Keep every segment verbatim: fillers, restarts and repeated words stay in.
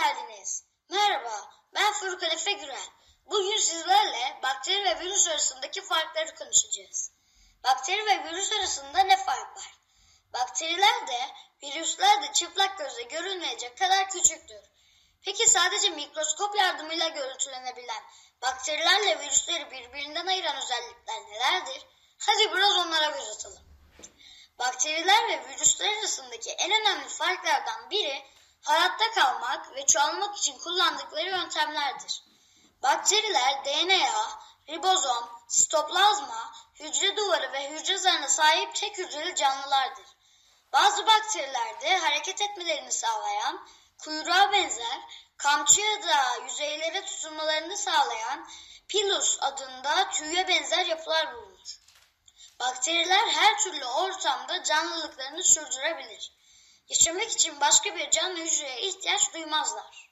geldiniz. Merhaba, ben Furkan Efe Gürel. Bugün sizlerle bakteri ve virüs arasındaki farkları konuşacağız. Bakteri ve virüs arasında ne fark var? Bakteriler de, virüsler de çıplak gözle görülmeyecek kadar küçüktür. Peki sadece mikroskop yardımıyla görüntülenebilen bakterilerle virüsleri birbirinden ayıran özellikler nelerdir? Hadi biraz onlara göz atalım. Bakteriler ve virüsler arasındaki en önemli farklardan biri hayatta kalmak ve çoğalmak için kullandıkları yöntemlerdir. Bakteriler D N A, ribozom, sitoplazma, hücre duvarı ve hücre zarına sahip tek hücreli canlılardır. Bazı bakterilerde hareket etmelerini sağlayan, kuyruğa benzer, kamçı ya da yüzeylere tutunmalarını sağlayan pilus adında tüye benzer yapılar bulunur. Bakteriler her türlü ortamda canlılıklarını sürdürebilir. Yaşamak için başka bir canlı hücreye ihtiyaç duymazlar.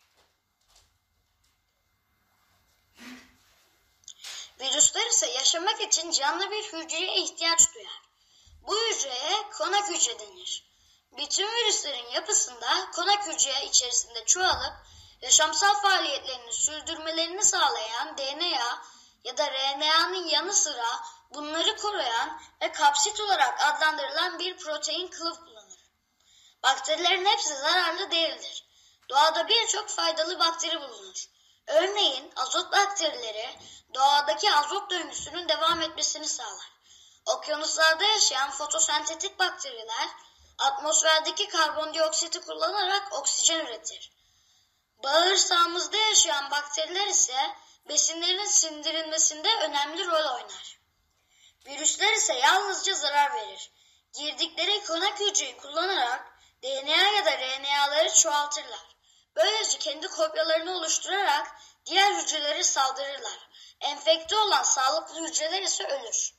Virüsler ise yaşamak için canlı bir hücreye ihtiyaç duyar. Bu hücreye konak hücre denir. Bütün virüslerin yapısında konak hücre içerisinde çoğalıp yaşamsal faaliyetlerini sürdürmelerini sağlayan D N A ya da R N A'nın yanı sıra bunları koruyan ve kapsit olarak adlandırılan bir protein kılıf bulunur. Bakterilerin hepsi zararlı değildir. Doğada birçok faydalı bakteri bulunur. Örneğin azot bakterileri doğadaki azot döngüsünün devam etmesini sağlar. Okyanuslarda yaşayan fotosentetik bakteriler atmosferdeki karbondioksiti kullanarak oksijen üretir. Bağırsağımızda yaşayan bakteriler ise besinlerin sindirilmesinde önemli rol oynar. Virüsler ise yalnızca zarar verir. Girdikleri konak hücreyi kullanarak D N A ya da R N A'ları çoğaltırlar. Böylece kendi kopyalarını oluşturarak diğer hücrelere saldırırlar. Enfekte olan sağlıklı hücreler ise ölür.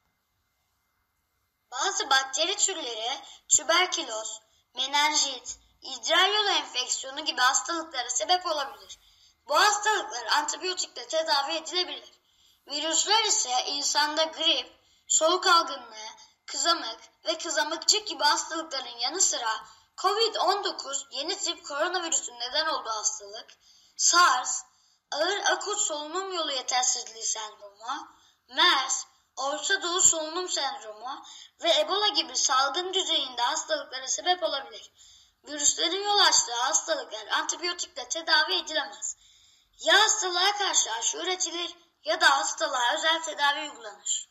Bazı bakteri türleri tüberküloz, menenjit, idrar yolu enfeksiyonu gibi hastalıklara sebep olabilir. Bu hastalıklar antibiyotikle tedavi edilebilir. Virüsler ise insanda grip, soğuk algınlığı, kızamık ve kızamıkçık gibi hastalıkların yanı sıra kovid on dokuz yeni tip koronavirüsün neden olduğu hastalık, SARS, ağır akut solunum yolu yetersizliği sendromu, MERS, Orta Doğu solunum sendromu ve Ebola gibi salgın düzeyinde hastalıklara sebep olabilir. Virüslerin yol açtığı hastalıklar antibiyotikle tedavi edilemez. Ya hastalığa karşı aşı üretilir ya da hastalığa özel tedavi uygulanır.